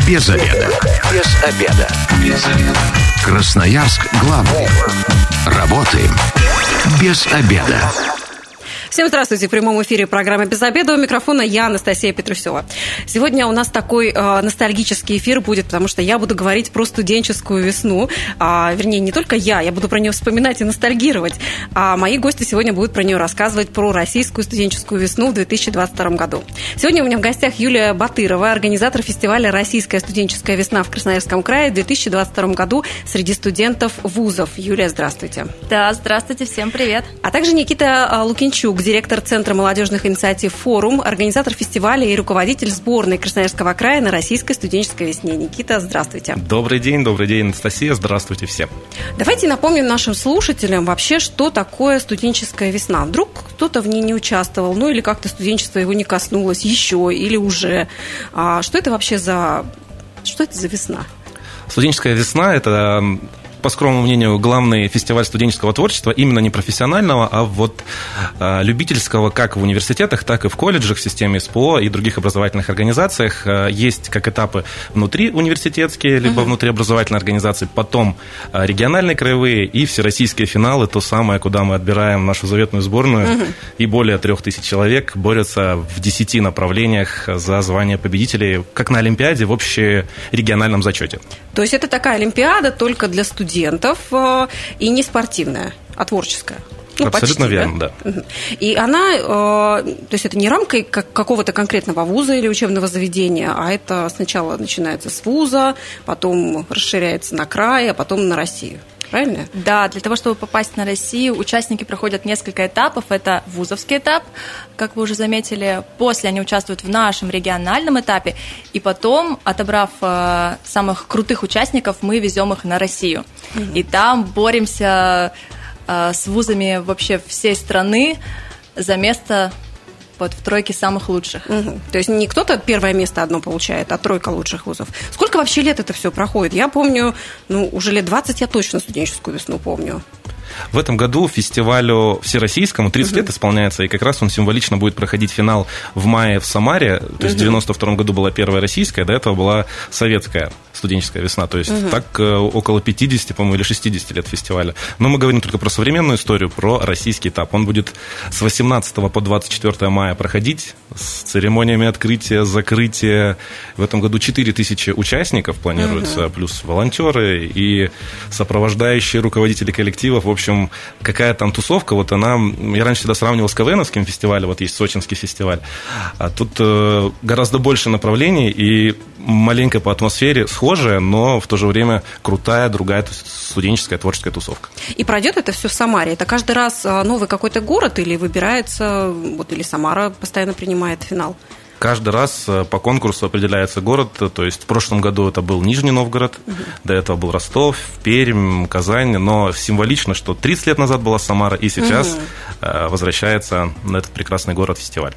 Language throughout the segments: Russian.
Без обеда. Без обеда. Без обеда. Красноярск главный. Работаем без обеда. Всем здравствуйте. В прямом эфире программы «Без обеда». У микрофона я, Анастасия Петрусева. Сегодня у нас такой ностальгический эфир будет, потому что я буду говорить про студенческую весну. Вернее, не только я буду про нее вспоминать и ностальгировать. А мои гости сегодня будут про нее рассказывать, про российскую студенческую весну в 2022 году. Сегодня у меня в гостях Юлия Батырова, организатор фестиваля «Российская студенческая весна» в Красноярском крае в 2022 году среди студентов вузов. Юлия, здравствуйте. Да, здравствуйте, всем привет. А также Никита Лукинчук, директор Центра молодежных инициатив «Форум», организатор фестиваля и руководитель сборной Красноярского края на Российской студенческой весне. Никита, здравствуйте. Добрый день, Анастасия, здравствуйте всем. Давайте напомним нашим слушателям вообще, что такое студенческая весна. Вдруг кто-то в ней не участвовал, или как-то студенчество его не коснулось еще или уже. Что это вообще за весна? Студенческая весна – это, по скромному мнению, главный фестиваль студенческого творчества, именно не профессионального, а вот любительского, как в университетах, так и в колледжах, в системе СПО и других образовательных организациях. Есть как этапы внутри университетские, либо внутриобразовательные организации, потом региональные, краевые и всероссийские финалы, то самое, куда мы отбираем нашу заветную сборную, и более 3000 человек борются в 10 направлениях за звание победителей, как на Олимпиаде в общерегиональном зачете. То есть это такая Олимпиада только для студентов и не спортивная, а творческая. Абсолютно почти, верно, да. И она, то есть это не рамкой какого-то конкретного вуза или учебного заведения, а это сначала начинается с вуза, потом расширяется на край, а потом на Россию. Правильно? Да, для того, чтобы попасть на Россию, участники проходят несколько этапов. Это вузовский этап, как вы уже заметили. После они участвуют в нашем региональном этапе. И потом, отобрав самых крутых участников, мы везем их на Россию. И там боремся с вузами вообще всей страны за место в тройке самых лучших. То есть не кто-то первое место одно получает, а тройка лучших вузов. Сколько вообще лет это все проходит? Я помню, уже лет 20 я точно студенческую весну помню. В этом году фестивалю всероссийскому 30 лет исполняется, и как раз он символично будет проходить финал в мае в Самаре. То есть в 92 году была первая российская, до этого была советская студенческая весна. То есть так около 50, по-моему, или 60 лет фестиваля. Но мы говорим только про современную историю, про российский этап. Он будет с 18 по 24 мая проходить с церемониями открытия, закрытия. В этом году 4000 участников планируется, плюс волонтеры и сопровождающие руководители коллективов. В общем, какая там тусовка, я раньше всегда сравнивал с КВНовским фестивалем, есть сочинский фестиваль, а тут гораздо больше направлений и маленько по атмосфере схожая, но в то же время крутая, другая, то есть студенческая, творческая тусовка. И пройдет это все в Самаре? Это каждый раз новый какой-то город или выбирается, или Самара постоянно принимает финал? Каждый раз по конкурсу определяется город, то есть в прошлом году это был Нижний Новгород, до этого был Ростов, Пермь, Казань, но символично, что 30 лет назад была Самара, и сейчас возвращается на этот прекрасный город-фестиваль.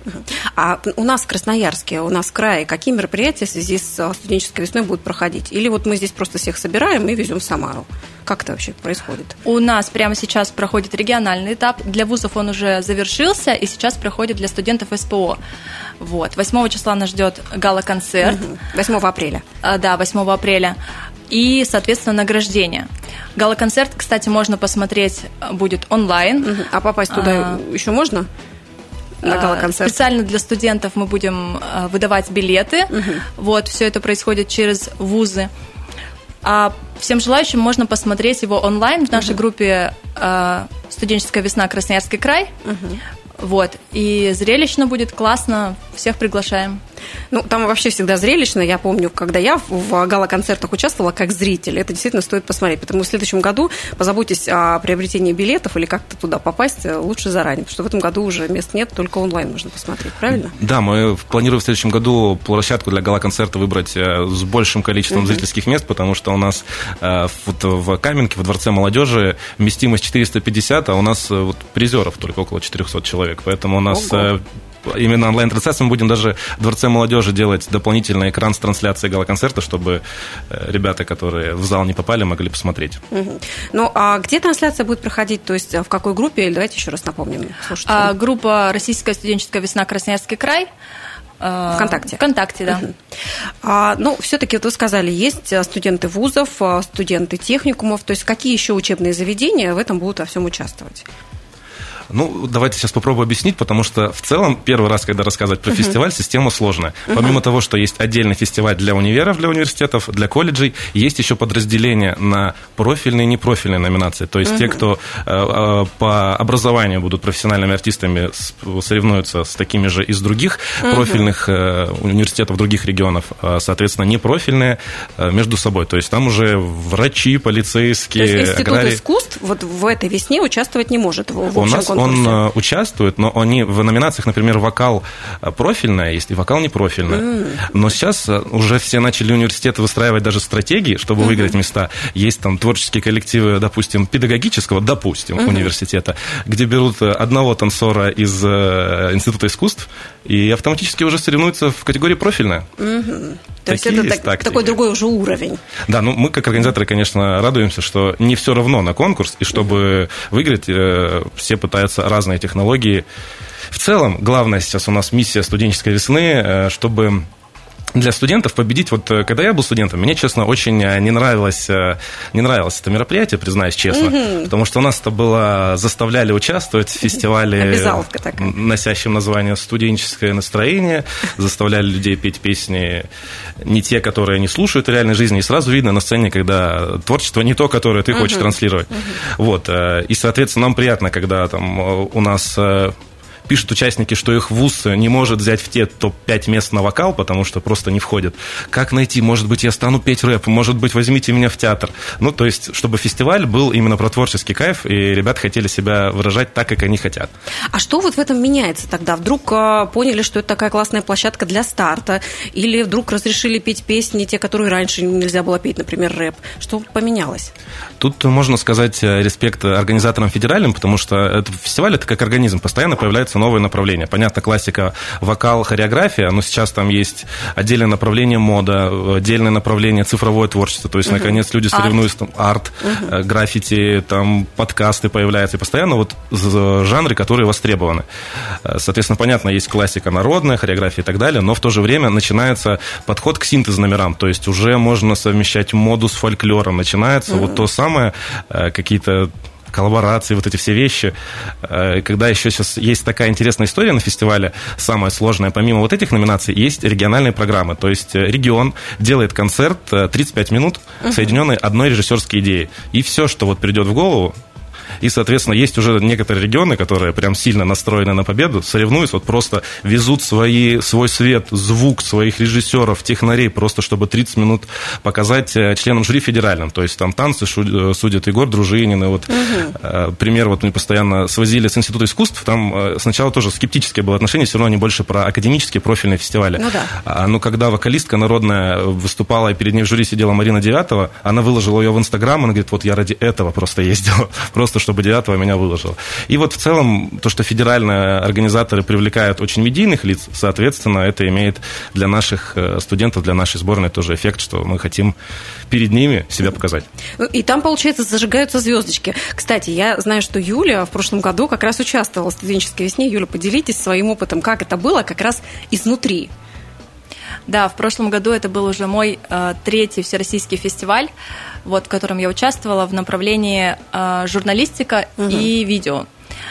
А у нас в Красноярске, у нас в крае, какие мероприятия в связи с студенческой весной будут проходить? Или мы здесь просто всех собираем и везем в Самару? Как это вообще происходит? У нас прямо сейчас проходит региональный этап. Для вузов он уже завершился, и сейчас проходит для студентов СПО. 8 числа нас ждет гала-концерт. 8 апреля. Да, 8 апреля. И, соответственно, награждение. Гала-концерт, кстати, можно посмотреть будет онлайн. А попасть туда еще можно? На гала-концерт? Специально для студентов мы будем выдавать билеты. Все это происходит через вузы. А всем желающим можно посмотреть его онлайн в нашей группе «Студенческая весна. Красноярский край». И зрелищно будет, классно, всех приглашаем. Там вообще всегда зрелищно. Я помню, когда я в гала-концертах участвовала как зритель, это действительно стоит посмотреть. Потому что в следующем году позаботьтесь о приобретении билетов или как-то туда попасть лучше заранее. Потому что в этом году уже мест нет, только онлайн можно посмотреть, правильно? Да, мы планируем в следующем году площадку для гала-концерта выбрать с большим количеством зрительских мест, потому что у нас в Каменке, во Дворце молодежи, вместимость 450, а у нас призеров только около 400 человек. Поэтому у нас именно онлайн-трансляцию мы будем даже в Дворце молодежи делать дополнительный экран с трансляцией гала-концерта, чтобы ребята, которые в зал не попали, могли посмотреть. Ну, а где трансляция будет проходить? То есть в какой группе? Или давайте еще раз напомним. Группа «Российская студенческая весна. Красноярский край». ВКонтакте. ВКонтакте, да. Ну, все-таки вот вы сказали, есть студенты вузов, студенты техникумов, то есть какие еще учебные заведения в этом будут во всем участвовать? Ну, давайте сейчас попробую объяснить, потому что в целом первый раз, когда рассказывать про фестиваль, система сложная. Помимо того, что есть отдельный фестиваль для универов, для университетов, для колледжей, есть еще подразделение на профильные и непрофильные номинации. То есть те, кто по образованию будут профессиональными артистами, соревнуются с такими же из других профильных университетов других регионов, соответственно, непрофильные между собой. То есть там уже врачи, полицейские, аграрии. То есть Институт аграрии... искусств вот в этой весне участвовать не может в общем конкурсе? Он участвует, но они в номинациях, например, вокал профильная есть и вокал непрофильная. Но сейчас уже все начали университеты выстраивать даже стратегии, чтобы выиграть места. Есть там творческие коллективы, допустим, педагогического, университета, где берут одного танцора из Института искусств и автоматически уже соревнуются в категории профильная. То есть это такой другой уже уровень. Да, ну мы как организаторы, конечно, радуемся, что не все равно на конкурс, и чтобы выиграть, все пытаются разные технологии. В целом, главное сейчас у нас миссия студенческой весны, чтобы для студентов победить. Вот когда я был студентом, мне, честно, очень не нравилось это мероприятие, признаюсь честно, потому что у нас это было, заставляли участвовать в фестивале, носящем название «Студенческое настроение», заставляли людей петь песни не те, которые они слушают в реальной жизни, и сразу видно на сцене, когда творчество не то, которое ты хочешь транслировать. Вот. И, соответственно, нам приятно, когда там у нас... пишут участники, что их вуз не может взять в те топ-5 мест на вокал, потому что просто не входят. Как найти? Может быть, я стану петь рэп, может быть, возьмите меня в театр. Ну, то есть, чтобы фестиваль был именно про творческий кайф, и ребята хотели себя выражать так, как они хотят. А что вот в этом меняется тогда? Вдруг поняли, что это такая классная площадка для старта? Или вдруг разрешили петь песни, те, которые раньше нельзя было петь, например, рэп? Что поменялось? Тут можно сказать респект организаторам федеральным, потому что этот фестиваль – это как организм, постоянно появляются новые направления. Понятно, классика вокал, хореография, но сейчас там есть отдельное направление мода, отдельное направление цифровое творчество, то есть, наконец, люди соревнуются, там, арт, граффити, там, подкасты появляются, и постоянно вот жанры, которые востребованы. Соответственно, понятно, есть классика народная, хореография и так далее, но в то же время начинается подход к синтез-номерам, то есть уже можно совмещать моду с фольклором, начинается вот то самое, какие-то коллаборации, вот эти все вещи. Когда еще сейчас есть такая интересная история на фестивале, самая сложная, помимо вот этих номинаций, есть региональные программы. То есть регион делает концерт 35 минут, соединенный одной режиссерской идеей. И все, что вот придет в голову. И, соответственно, есть уже некоторые регионы, которые прям сильно настроены на победу, соревнуются, вот просто везут свой свет, звук своих режиссеров, технарей, просто чтобы 30 минут показать членам жюри федеральным. То есть там танцы судят Егор Дружинин. И вот, пример, вот мы постоянно свозили с Института искусств, там сначала тоже скептическое было отношение, все равно они больше про академические профильные фестивали. Ну, да. Но когда вокалистка народная выступала, и перед ней в жюри сидела Марина Девятова, она выложила ее в Инстаграм, она говорит, вот я ради этого просто ездила, просто чтобы Девятова меня выложила. И вот в целом то, что федеральные организаторы привлекают очень медийных лиц, соответственно, это имеет для наших студентов, для нашей сборной тоже эффект, что мы хотим перед ними себя показать. И там, получается, зажигаются звездочки. Кстати, я знаю, что Юля в прошлом году как раз участвовала в студенческой весне. Юля, поделитесь своим опытом, как это было как раз изнутри. Да, в прошлом году это был уже мой третий всероссийский фестиваль, вот, в котором я участвовала в направлении журналистика и видео.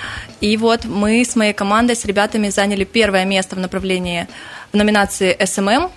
И вот мы с моей командой, с ребятами заняли первое место в номинации SMM.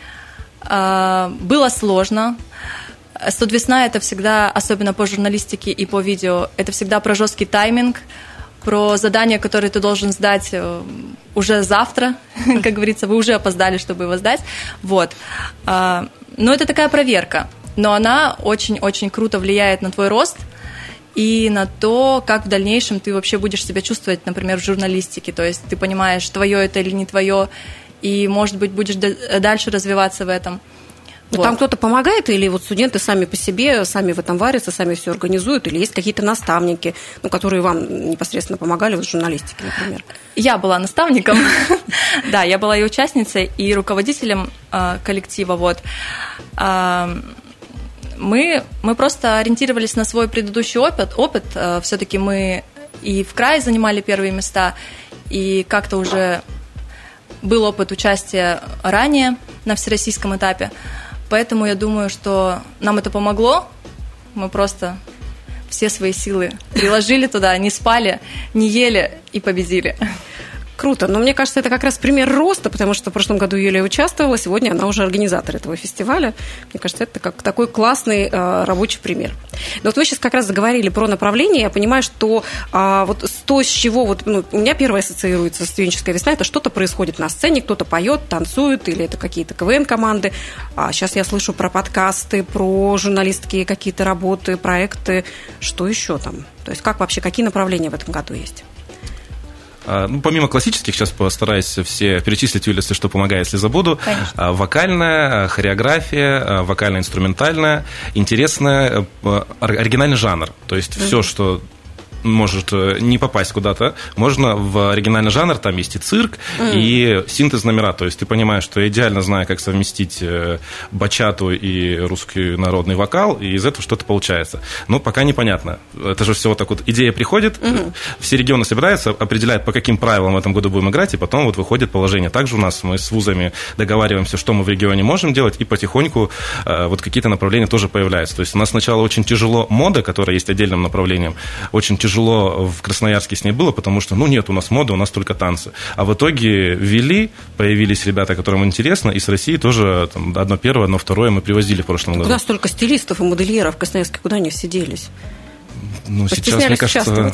Было сложно. Студвесна – это всегда, особенно по журналистике и по видео, это всегда про жесткий тайминг, про задание, которое ты должен сдать уже завтра, как говорится, вы уже опоздали, чтобы его сдать. Вот. Но это такая проверка, но она очень-очень круто влияет на твой рост и на то, как в дальнейшем ты вообще будешь себя чувствовать, например, в журналистике. То есть ты понимаешь, твое это или не твое, и, может быть, будешь дальше развиваться в этом. Вот. Там кто-то помогает, или вот студенты сами по себе, сами в этом варятся, сами все организуют, или есть какие-то наставники, которые вам непосредственно помогали в журналистике, например? Я была наставником, да, я была и участницей, и руководителем коллектива, вот. Мы просто ориентировались на свой предыдущий опыт, все-таки мы и в крае занимали первые места, и как-то уже был опыт участия ранее на всероссийском этапе, поэтому я думаю, что нам это помогло. Мы просто все свои силы приложили туда, не спали, не ели и победили. Круто. Но мне кажется, это как раз пример роста, потому что в прошлом году Юлия участвовала, сегодня она уже организатор этого фестиваля. Мне кажется, это как такой классный рабочий пример. Но вот вы сейчас как раз заговорили про направление. Я понимаю, что вот то, с чего у меня первое ассоциируется студенческая весна, это что-то происходит на сцене, кто-то поет, танцует, или это какие-то КВН-команды. А сейчас я слышу про подкасты, про журналистские какие-то работы, проекты. Что еще там? То есть как вообще, какие направления в этом году есть? Помимо классических, сейчас постараюсь все перечислить, Юля, если что, помогай, если забуду. Конечно. Вокальная, хореография, вокально-инструментальная, интересная, оригинальный жанр. То есть все, что может не попасть куда-то, можно в оригинальный жанр, там есть и цирк, и синтез номера, то есть ты понимаешь, что я идеально знаю, как совместить бачату и русский народный вокал, и из этого что-то получается. Но пока непонятно. Это же все вот так вот, идея приходит, все регионы собираются, определяют, по каким правилам в этом году будем играть, и потом вот выходит положение. Также у нас мы с вузами договариваемся, что мы в регионе можем делать, и потихоньку вот какие-то направления тоже появляются. То есть у нас сначала очень тяжело мода, которая есть отдельным направлением, очень тяжело в Красноярске с ней было, потому что, нет у нас моды, у нас только танцы. А в итоге появились ребята, которым интересно, и с России тоже там, одно первое, одно второе мы привозили в прошлом году. Куда столько стилистов и модельеров в Красноярске, куда они все делись? Сейчас, мне кажется,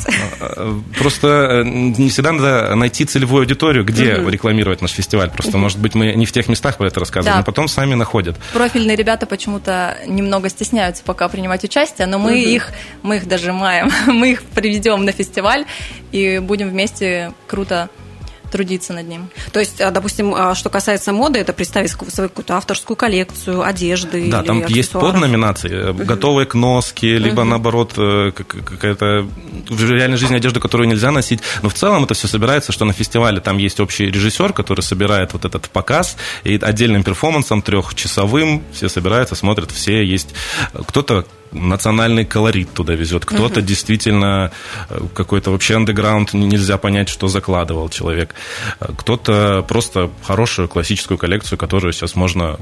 просто не всегда надо найти целевую аудиторию, где рекламировать наш фестиваль. Просто, может быть, мы не в тех местах про это рассказываем, но потом сами находят. Профильные ребята почему-то немного стесняются пока принимать участие, но мы их дожимаем, мы их приведем на фестиваль и будем вместе круто трудиться над ним. То есть, допустим, что касается моды, это представить свою какую-то авторскую коллекцию одежды. Да, или там есть подноминации, готовые к носке, либо наоборот какая-то в реальной жизни одежда, которую нельзя носить. Но в целом это все собирается, что на фестивале там есть общий режиссер, который собирает вот этот показ, и отдельным перформансом 3-часовым все собираются, смотрят, все есть. Кто-то национальный колорит туда везет, кто-то действительно какой-то вообще андеграунд, нельзя понять, что закладывал человек. Кто-то просто хорошую классическую коллекцию, которую сейчас можно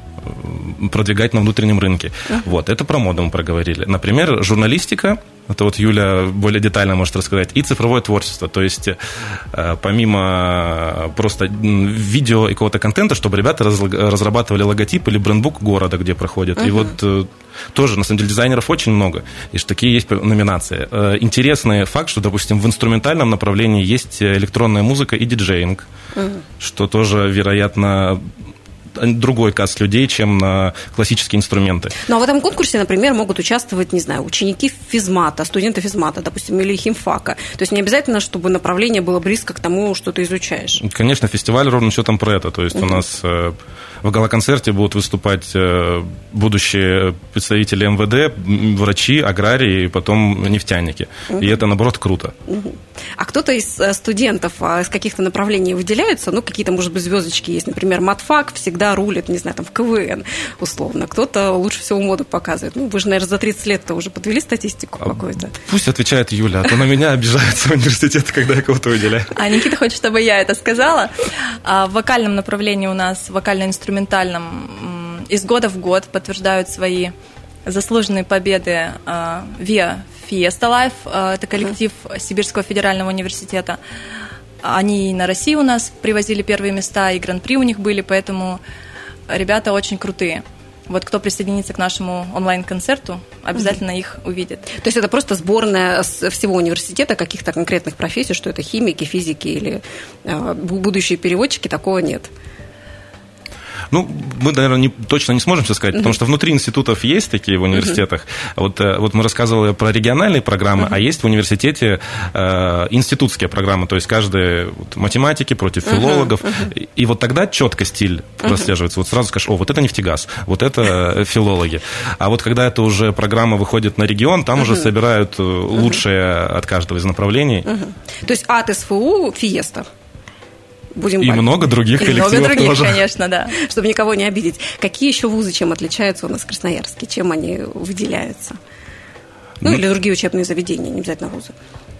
продвигать на внутреннем рынке. Вот, это про моду мы проговорили. Например, журналистика, это вот Юля более детально может рассказать, и цифровое творчество, то есть помимо просто видео и какого-то контента, чтобы ребята разрабатывали логотип или брендбук города, где проходят. И вот тоже, на самом деле, дизайнеров очень много, и что такие есть номинации. Интересный факт, что, допустим, в инструментальном направлении есть электронная музыка и диджеинг, что тоже, вероятно, другой каст людей, чем на классические инструменты. Ну, а в этом конкурсе, например, могут участвовать, не знаю, ученики физмата, студенты физмата, допустим, или химфака. То есть не обязательно, чтобы направление было близко к тому, что ты изучаешь. Конечно, фестиваль ровно счетом про это. То есть у нас в гала-концерте будут выступать будущие представители МВД, врачи, аграрии, и потом нефтяники. И это, наоборот, круто. А кто-то из студентов из каких-то направлений выделяются? Ну, какие-то, может быть, звездочки есть. Например, матфак всегда рулит, не знаю, там в КВН, условно. Кто-то лучше всего моду показывает. Ну, вы же, наверное, за 30 лет-то уже подвели статистику какую-то. Пусть отвечает Юля, а то на меня обижаются в университете, когда я кого-то выделяю. А Никита хочет, чтобы я это сказала. В вокальном направлении у нас, вокально-инструментальном, из года в год подтверждают свои заслуженные победы ВИА Fiesta Life, это коллектив Сибирского федерального университета. Они и на России у нас привозили первые места, и гран-при у них были, поэтому ребята очень крутые. Вот кто присоединится к нашему онлайн-концерту, обязательно их увидит. То есть это просто сборная всего университета, каких-то конкретных профессий, что это химики, физики или будущие переводчики, такого нет? Ну, мы, наверное, точно не сможем сейчас сказать, потому что внутри институтов есть такие в университетах. Вот мы рассказывали про региональные программы, а есть в университете институтские программы, то есть каждый математики против филологов. И вот тогда четко стиль прослеживается. Вот сразу скажешь, вот это нефтегаз, вот это филологи. А вот когда это уже программа выходит на регион, там уже собирают лучшие от каждого из направлений. То есть от СФУ Фиеста. И много других коллективов тоже. Много других, конечно, да. Чтобы никого не обидеть. Какие еще вузы чем отличаются у нас в Красноярске? Чем они выделяются? Ну, или другие учебные заведения, не обязательно вузы.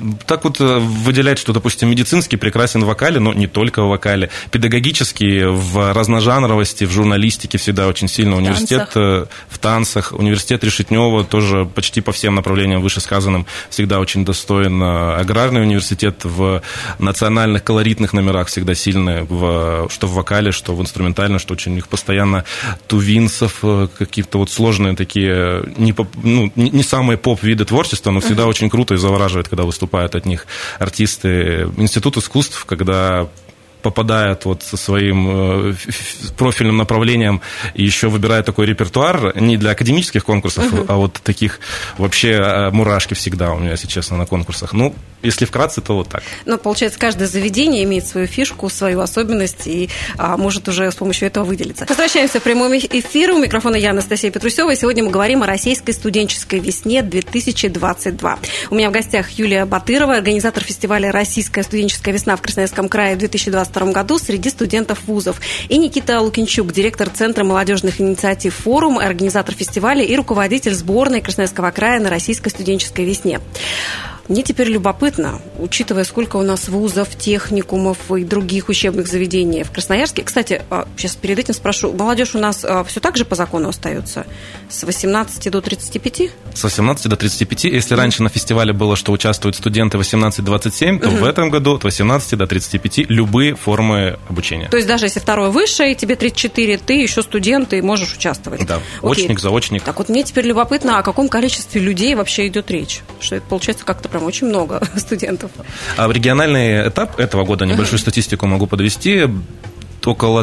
Так вот выделять, что, допустим, медицинский прекрасен в вокале, но не только в вокале. Педагогический в разножанровости, в журналистике всегда очень сильно. Университет в танцах. Университет Решетнева тоже почти по всем направлениям вышесказанным всегда очень достоин. Аграрный университет в национальных колоритных номерах всегда сильный, что в вокале, что в инструментальном, что очень у них постоянно тувинцев, какие-то вот сложные такие, не самые поп-виды творчества, но всегда очень круто и завораживает, когда выступают от них артисты. Институт искусств, когда попадает вот со своим профильным направлением и еще выбирает такой репертуар не для академических конкурсов, а вот таких вообще мурашки всегда у меня, если честно, на конкурсах. Ну, если вкратце, то вот так. Ну, получается, каждое заведение имеет свою фишку, свою особенность и может уже с помощью этого выделиться. Возвращаемся в прямой эфир. У микрофона я, Анастасия Петрусева, и сегодня мы говорим о Российской студенческой весне 2022. У меня в гостях Юлия Батырова, организатор фестиваля «Российская студенческая весна» в Красноярском крае в 2022 году среди студентов вузов. И Никита Лукинчук, директор Центра молодежных инициатив «Форум», организатор фестиваля и руководитель сборной Красноярского края на Российской студенческой весне. Мне теперь любопытно, учитывая, сколько у нас вузов, техникумов и других учебных заведений в Красноярске. Кстати, сейчас перед этим спрошу, молодежь у нас все так же по закону остается? С 18 до 35? С 18 до 35. Если раньше на фестивале было, что участвуют студенты 18-27, то в этом году от 18 до 35 любые формы обучения. То есть даже если второе высшее, тебе 34, ты еще студент и можешь участвовать? Да, очник, заочник. Так вот, мне теперь любопытно, о каком количестве людей вообще идет речь? Что это получается как-то прям очень много студентов. А в региональный этап этого года, небольшую статистику могу подвести, около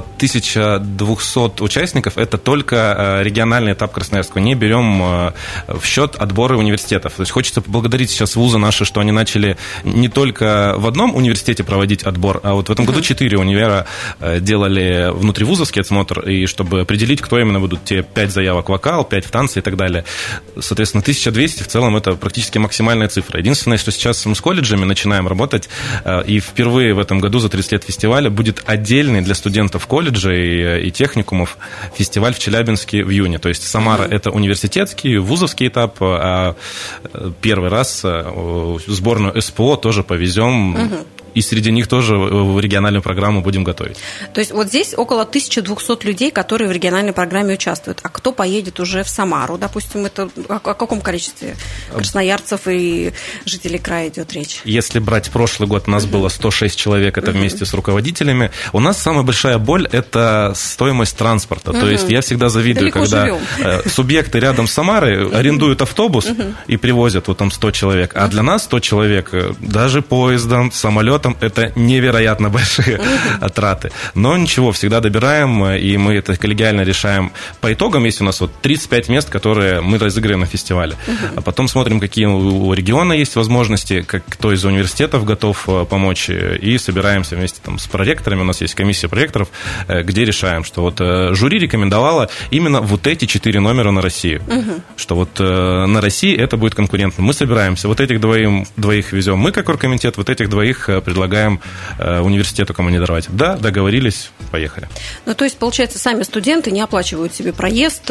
1200 участников. Это только региональный этап Красноярского. Не берем в счет отборы университетов. То есть хочется поблагодарить сейчас вузы наши, что они начали не только в одном университете проводить отбор, а вот в этом году 4 универа делали внутривузовский отсмотр, и чтобы определить, кто именно будут те 5 заявок в вокал, 5 в танцы и так далее. Соответственно, 1200 в целом это практически максимальная цифра. Единственное, что сейчас мы с колледжами начинаем работать, и впервые в этом году за 30 лет фестиваля будет отдельный для студентов колледжей и техникумов фестиваль в Челябинске в июне. То есть Самара – это университетский, вузовский этап, а первый раз сборную СПО тоже повезем. И среди них тоже в региональную программу будем готовить. То есть вот здесь около 1200 людей, которые в региональной программе участвуют. А кто поедет уже в Самару, допустим, это о каком количестве красноярцев и жителей края идет речь? Если брать прошлый год, у нас было 106 человек, это вместе с руководителями. У нас самая большая боль – это стоимость транспорта. То есть я всегда завидую, далеко когда живем. Субъекты рядом с Самарой арендуют автобус и привозят вот там 100 человек. А для нас 100 человек даже поездом, самолетом это невероятно большие траты. Но ничего, всегда добираем, и мы это коллегиально решаем. По итогам есть у нас вот 35 мест, которые мы разыграем на фестивале. А потом смотрим, какие у региона есть возможности, кто из университетов готов помочь, и собираемся вместе там с проректорами. У нас есть комиссия проректоров, где решаем, что вот жюри рекомендовало именно вот эти 4 номера на Россию. Что вот на России это будет конкурентно. Мы собираемся, вот этих двоих везем мы как оргкомитет, вот этих двоих предлагаем университету командировать. Да, договорились, поехали. Ну, то есть, получается, сами студенты не оплачивают себе проезд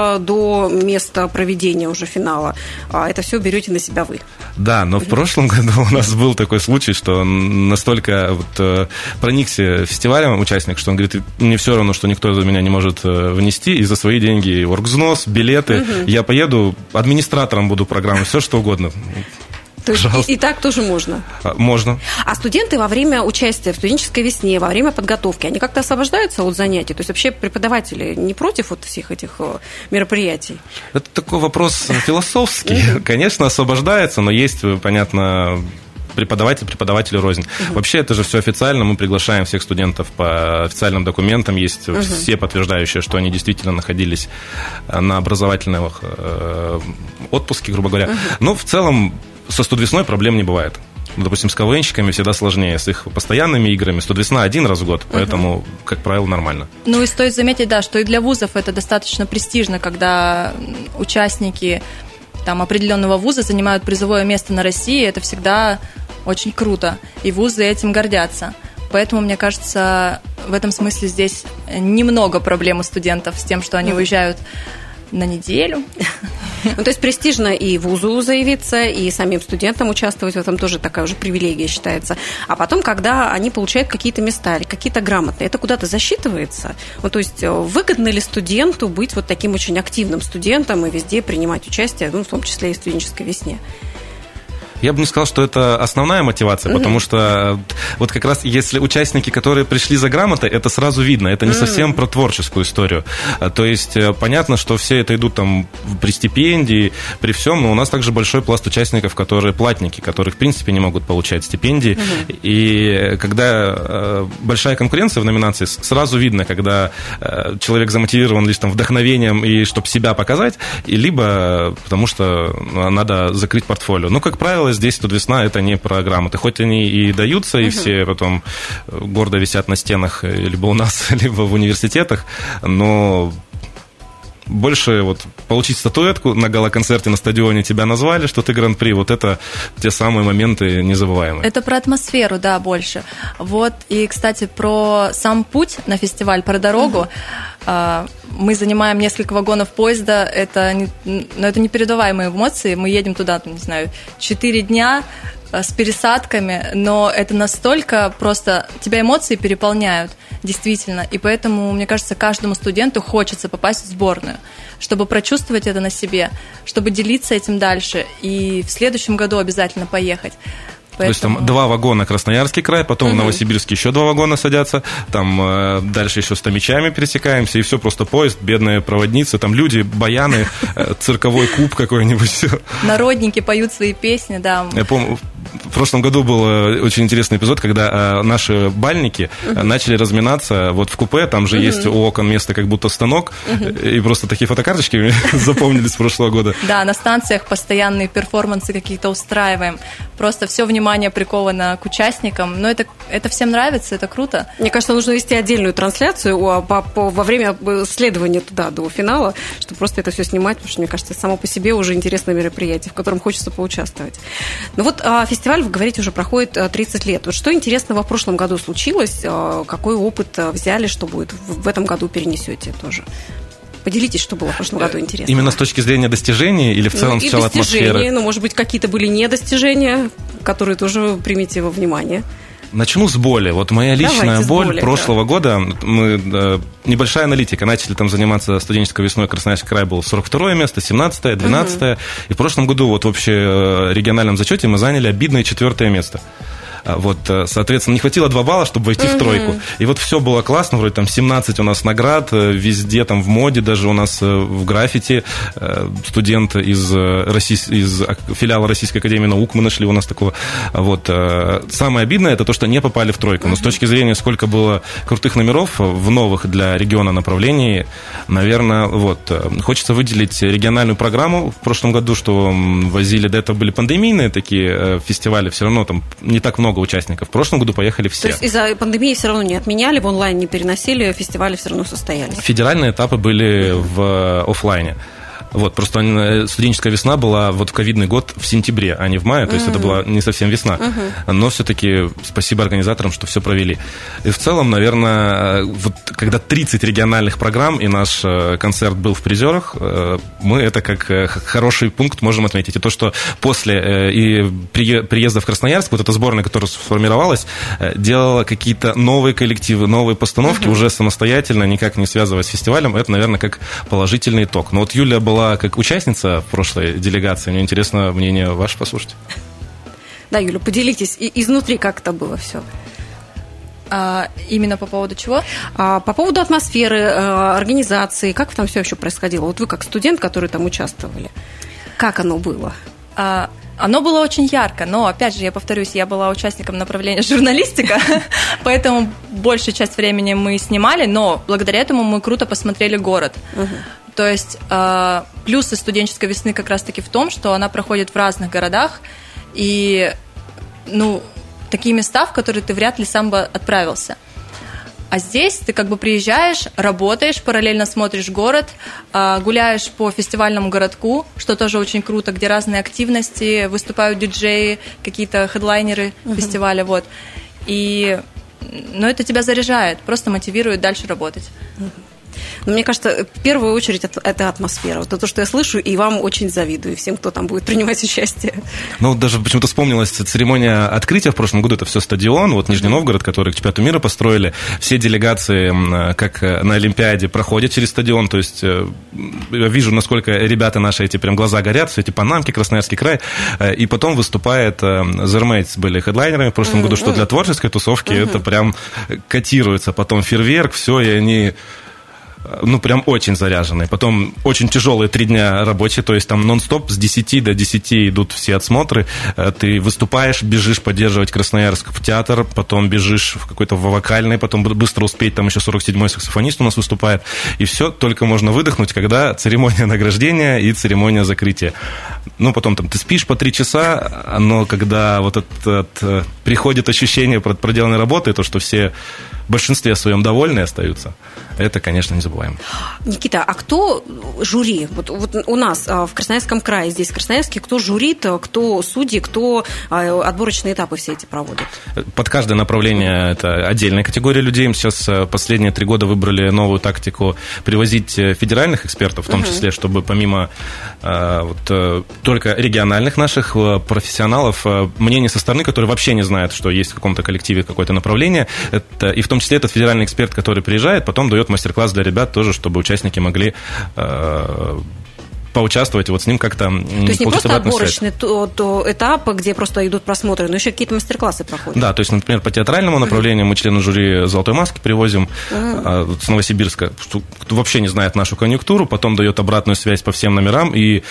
до места проведения уже финала, а это все берете на себя вы. Да, но в прошлом году у нас был такой случай, что настолько вот проникся фестивалем участник, что он говорит, мне все равно, что никто за меня не может внести, и за свои деньги оргвзнос, билеты, я поеду, администратором буду программы, все что угодно. То есть и так тоже можно? Можно. А студенты во время участия в студенческой весне, во время подготовки, они как-то освобождаются от занятий? То есть вообще преподаватели не против вот всех этих мероприятий? Это такой вопрос философский. Конечно, освобождаются, но есть, понятно, преподавателю рознь. Вообще это же все официально, мы приглашаем всех студентов по официальным документам, есть все подтверждающие, что они действительно находились на образовательных отпуске, грубо говоря. Но в целом со студвесной проблем не бывает. Допустим, с КВНщиками всегда сложнее, с их постоянными играми. Студвесна один раз в год, поэтому, как правило, нормально. Ну и стоит заметить, да, что и для вузов это достаточно престижно, когда участники там определенного вуза занимают призовое место на России, это всегда очень круто, и вузы этим гордятся. Поэтому, мне кажется, в этом смысле здесь немного проблем у студентов с тем, что они уезжают на неделю. Ну, то есть престижно и вузу заявиться, и самим студентам участвовать в этом тоже такая уже привилегия считается. А потом, когда они получают какие-то места или какие-то грамоты, это куда-то засчитывается? Ну, то есть выгодно ли студенту быть вот таким очень активным студентом и везде принимать участие, ну, в том числе и в студенческой весне? Я бы не сказал, что это основная мотивация, потому что вот как раз если участники, которые пришли за грамотой, это сразу видно, это не совсем про творческую историю. То есть понятно, что все это идут там при стипендии, при всем, но у нас также большой пласт участников, которые платники, которые в принципе не могут получать стипендии. И когда большая конкуренция в номинации, сразу видно, когда человек замотивирован лишь там вдохновением и чтобы себя показать, и либо потому что надо закрыть портфолио. Ну, как правило, здесь «Студвесна» — это не про грамоты. Хоть они и даются, и все потом гордо висят на стенах либо у нас, либо в университетах, но больше вот получить статуэтку на гала-концерте на стадионе, тебя назвали, что ты гран-при, вот это те самые моменты незабываемые. Это про атмосферу, да, больше. Вот, и, кстати, про сам путь на фестиваль, про дорогу. Мы занимаем несколько вагонов поезда, это непередаваемые эмоции. Мы едем туда, не знаю, 4 дня с пересадками, но это настолько просто... Тебя эмоции переполняют, действительно. И поэтому, мне кажется, каждому студенту хочется попасть в сборную, чтобы прочувствовать это на себе, чтобы делиться этим дальше и в следующем году обязательно поехать. То есть там 2 вагона Красноярский край, потом в Новосибирске еще 2 вагона садятся, там дальше еще с Томичами пересекаемся, и все просто поезд, бедные проводницы, там люди, баяны, цирковой куб какой-нибудь. Народники поют свои песни, да. Я помню, в прошлом году был очень интересный эпизод, когда наши бальники начали разминаться вот в купе, там же есть у окон место как будто станок, и просто такие фотокарточки запомнились с прошлого года. Да, на станциях постоянные перформансы какие-то устраиваем, просто все внимание приковано к участникам, но это всем нравится, это круто. Мне кажется, нужно вести отдельную трансляцию во время следования туда, до финала, чтобы просто это все снимать, потому что, мне кажется, само по себе уже интересное мероприятие, в котором хочется поучаствовать. Ну вот фестиваль, вы говорите, уже проходит 30 лет. Вот что интересного в прошлом году случилось, какой опыт взяли, что будет в этом году перенесете тоже? Поделитесь, что было в прошлом году интересно. Именно с точки зрения достижений или в целом сначала атмосферы? Ну, может быть, какие-то были недостижения, которые тоже примите во внимание. Начну с боли. Вот моя личная боль прошлого года, мы, небольшая аналитика, начали там заниматься студенческой весной, Красноярский край был 42-е место, 17-е, 12-е, и в прошлом году вот в общерегиональном зачете мы заняли обидное 4-е место. Вот, соответственно, не хватило 2 балла, чтобы войти в тройку. И вот все было классно, вроде там 17 у нас наград, везде там в моде, даже у нас в граффити студент из филиала Российской академии наук мы нашли у нас такого. Вот. Самое обидное — это то, что не попали в тройку. Но с точки зрения, сколько было крутых номеров в новых для региона направлений, наверное, вот. Хочется выделить региональную программу в прошлом году, что возили, до этого были пандемийные такие фестивали, все равно там не так много участников. В прошлом году поехали все. То есть из-за пандемии все равно не отменяли, в онлайн не переносили, фестивали все равно состоялись? Федеральные этапы были в офлайне. Вот, просто студенческая весна была вот в ковидный год в сентябре, а не в мае, то есть это была не совсем весна. Но все-таки спасибо организаторам, что все провели. И в целом, наверное, вот когда 30 региональных программ и наш концерт был в призерах, мы это как хороший пункт можем отметить. И то, что после приезда в Красноярск, вот эта сборная, которая сформировалась, делала какие-то новые коллективы, новые постановки уже самостоятельно, никак не связываясь с фестивалем, это, наверное, как положительный итог. Но вот Юлия была как участница в прошлой делегации. Мне интересно мнение ваше послушать. Да, Юля, поделитесь изнутри, как это было все. Именно по поводу чего? По поводу атмосферы, организации. Как там все еще происходило? Вот вы как студент, который там участвовали. Как оно было? Оно было очень ярко, но, опять же, я повторюсь, я была участником направления журналистика, поэтому большую часть времени мы снимали, но благодаря этому мы круто посмотрели город. То есть плюсы студенческой весны как раз-таки в том, что она проходит в разных городах, и такие места, в которые ты вряд ли сам бы отправился. А здесь ты как бы приезжаешь, работаешь, параллельно смотришь город, гуляешь по фестивальному городку, что тоже очень круто, где разные активности, выступают диджеи, какие-то хедлайнеры фестиваля, вот. И это тебя заряжает, просто мотивирует дальше работать. Но мне кажется, в первую очередь это атмосфера. Вот то, что я слышу, и вам очень завидую, всем, кто там будет принимать участие. Ну, даже почему-то вспомнилась церемония открытия в прошлом году. Это все стадион, вот Нижний Новгород, который к чемпионату мира построили. Все делегации, как на Олимпиаде, проходят через стадион. То есть я вижу, насколько ребята наши, эти прям глаза горят, все эти панамки, Красноярский край. И потом выступает The Roommates, были хедлайнерами в прошлом году, что для творческой тусовки это прям котируется. Потом фейерверк, все, и они... Ну, прям очень заряженные. Потом очень тяжелые 3 дня рабочие, то есть там нон-стоп с 10 до 10 идут все отсмотры. Ты выступаешь, бежишь поддерживать Красноярск в театр, потом бежишь в какой-то вокальный, потом быстро успеть, там еще 47-й саксофонист у нас выступает. И все, только можно выдохнуть, когда церемония награждения и церемония закрытия. Ну, потом там ты спишь по 3 часа, но когда вот это приходит ощущение проделанной работы, то, что все в большинстве своем довольны остаются, это, конечно, не забываем. Никита, а кто жюри? Вот у нас в Красноярском крае, здесь в Красноярске, кто жюрит, кто судьи, кто отборочные этапы все эти проводит? Под каждое направление это отдельная категория людей. Сейчас последние 3 года выбрали новую тактику привозить федеральных экспертов, в том числе, чтобы помимо только региональных наших профессионалов, мнение со стороны, которые вообще не знают, что есть в каком-то коллективе какое-то направление, это, и в том числе этот федеральный эксперт, который приезжает, потом дает мастер-класс для ребят тоже, чтобы участники могли поучаствовать, вот с ним как-то получить обратную связь. То есть не просто отборочный этап, где просто идут просмотры, но еще какие-то мастер-классы проходят? Да, то есть, например, по театральному направлению мы члены жюри «Золотой маски» привозим с Новосибирска, кто вообще не знает нашу конъюнктуру, потом дает обратную связь по всем номерам, и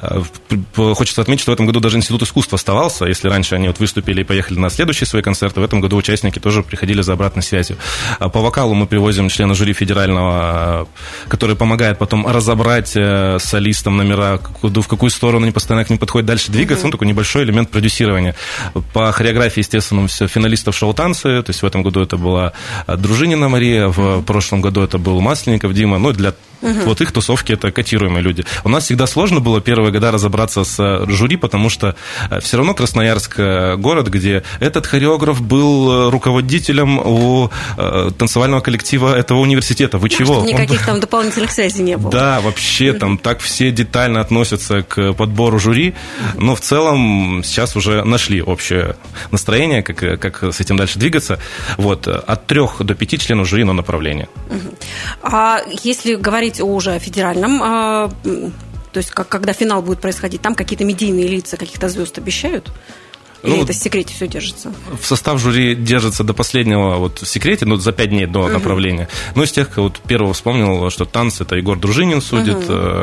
хочется отметить, что в этом году даже Институт искусств оставался, если раньше они вот выступили и поехали на следующие свои концерты, в этом году участники тоже приходили за обратной связью. По вокалу мы привозим члена жюри федерального, который помогает потом разобрать солистам номера, в какую сторону они постоянно к ним подходят, дальше двигаться, такой небольшой элемент продюсирования. По хореографии, естественно, все финалистов шоу-танцы, то есть в этом году это была Дружинина Мария, в прошлом году это был Масленников Дима, ну, для вот их тусовки это котируемые люди. У нас всегда сложно было первые года разобраться с жюри, потому что все равно Красноярск город, где этот хореограф был руководителем у танцевального коллектива этого университета. Вы чего? Никаких там дополнительных связей не было. Да, вообще там так все детально относятся к подбору жюри, но в целом сейчас уже нашли общее настроение, как с этим дальше двигаться. Вот, от 3 до 5 членов жюри на направление. А если говорить уже о федеральном, то есть когда финал будет происходить, там какие-то медийные лица, каких-то звезд обещают? Или это в секрете все держится? В состав жюри держится до последнего в секрете, за 5 дней до направления. Ну, из тех, первого вспомнил, что танцы, это Егор Дружинин судит,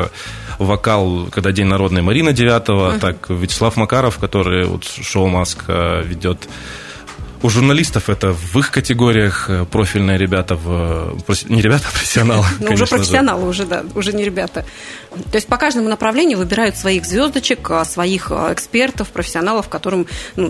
вокал, когда День народный, Марина Девятова, так Вячеслав Макаров, который шоу «Маска» ведет. У журналистов это в их категориях профильные ребята, не ребята, а профессионалы. Ну, уже профессионалы, уже не ребята. То есть по каждому направлению выбирают своих звездочек, своих экспертов, профессионалов, которых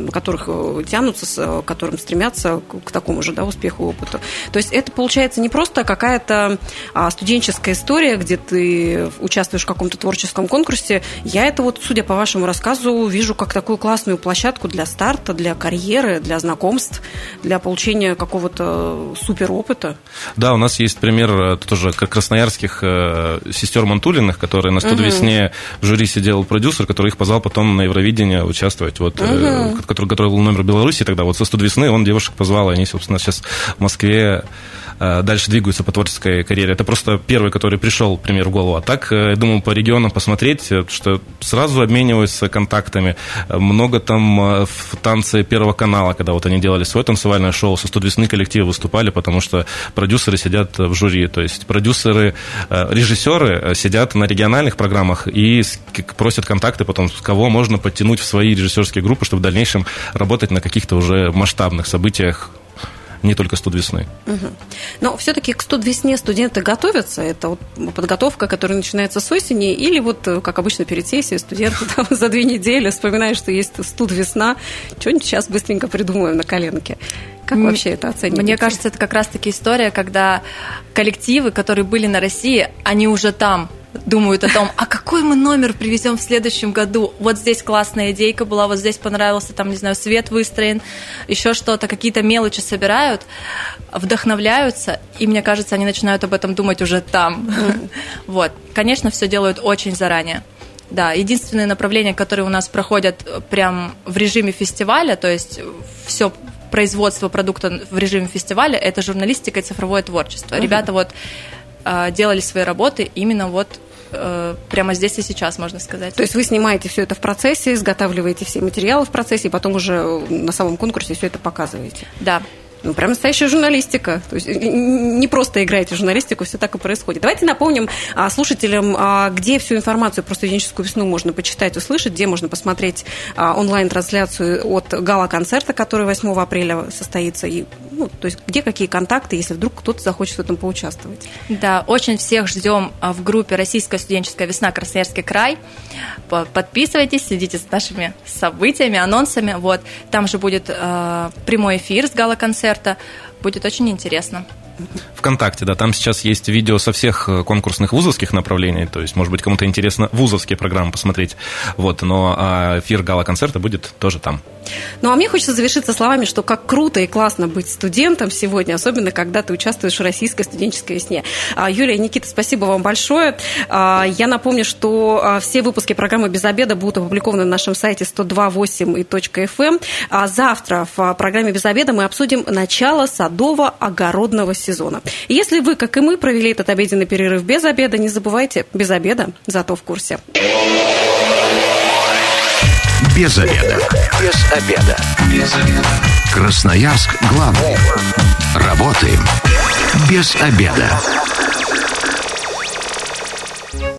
тянутся, к которым стремятся к такому же успеху, опыту. То есть это получается не просто какая-то студенческая история, где ты участвуешь в каком-то творческом конкурсе. Я это судя по вашему рассказу, вижу как такую классную площадку для старта, для карьеры, для знакомств, для получения какого-то суперопыта. Да, у нас есть пример тоже красноярских сестер Мантулиных, которые на «Студ весне» в жюри сидел продюсер, который их позвал потом на Евровидение участвовать, который был номер Беларуси тогда, со «Студ весны» он девушек позвал, и они, собственно, сейчас в Москве дальше двигаются по творческой карьере. Это просто первый, который пришел, пример, в голову. А так, я думал, по регионам посмотреть, что сразу обмениваются контактами. Много там в танце Первого канала, когда они делали свое танцевальное шоу, со «Студ весны» коллективы выступали, потому что продюсеры сидят в жюри. То есть продюсеры, режиссеры сидят на региональных программах и просят контакты потом, с кого можно подтянуть в свои режиссерские группы, чтобы в дальнейшем работать на каких-то уже масштабных событиях, не только «Студ весны». Но все-таки к «Студ весне» студенты готовятся? Это подготовка, которая начинается с осени? Или как обычно перед сессией студенты за 2 недели вспоминают, что есть «Студ весна», что-нибудь сейчас быстренько придумаем на коленке? Как вообще это оцениваете? Мне кажется, это как раз-таки история, когда коллективы, которые были на России, они уже там думают о том, а какой мы номер привезем в следующем году. Вот здесь классная идейка была, вот здесь понравился, свет выстроен, еще что-то, какие-то мелочи собирают. вдохновляются, и, мне кажется, они начинают об этом думать уже там. Вот. Конечно, все делают очень заранее. Да, единственное направление, которое у нас проходят прям в режиме фестиваля, то есть все производство продукта в режиме фестиваля, это журналистика и цифровое творчество. Ребята вот делали свои работы именно вот прямо здесь и сейчас, можно сказать. То есть вы снимаете все это в процессе, изготавливаете все материалы в процессе, и потом уже на самом конкурсе все это показываете? Да. Ну, прям настоящая журналистика. То есть не просто играете в журналистику, все так и происходит. Давайте напомним слушателям, где всю информацию про студенческую весну можно почитать, услышать, где можно посмотреть онлайн-трансляцию от гала-концерта, который 8 апреля состоится, и, то есть где какие контакты, если вдруг кто-то захочет в этом поучаствовать. Да, очень всех ждем в группе «Российская студенческая весна. Красноярский край». Подписывайтесь, следите за нашими событиями, анонсами. Вот. Там же будет прямой эфир с гала-концерта. Будет очень интересно. ВКонтакте, да, там сейчас есть видео со всех конкурсных вузовских направлений, то есть, может быть, кому-то интересно вузовские программы посмотреть, вот, но эфир гала-концерта будет тоже там. Ну, а мне хочется завершиться словами, что как круто и классно быть студентом сегодня, особенно когда ты участвуешь в Российской студенческой весне. Юлия, Никита, спасибо вам большое. Я напомню, что все выпуски программы «Без обеда» будут опубликованы на нашем сайте 102.8.fm. А завтра в программе «Без обеда» мы обсудим начало садово-огородного сезона. И если вы, как и мы, провели этот обеденный перерыв без обеда, не забывайте, без обеда, зато в курсе. Без обеда. Без обеда. Без обеда. Красноярск главный. Работаем без обеда.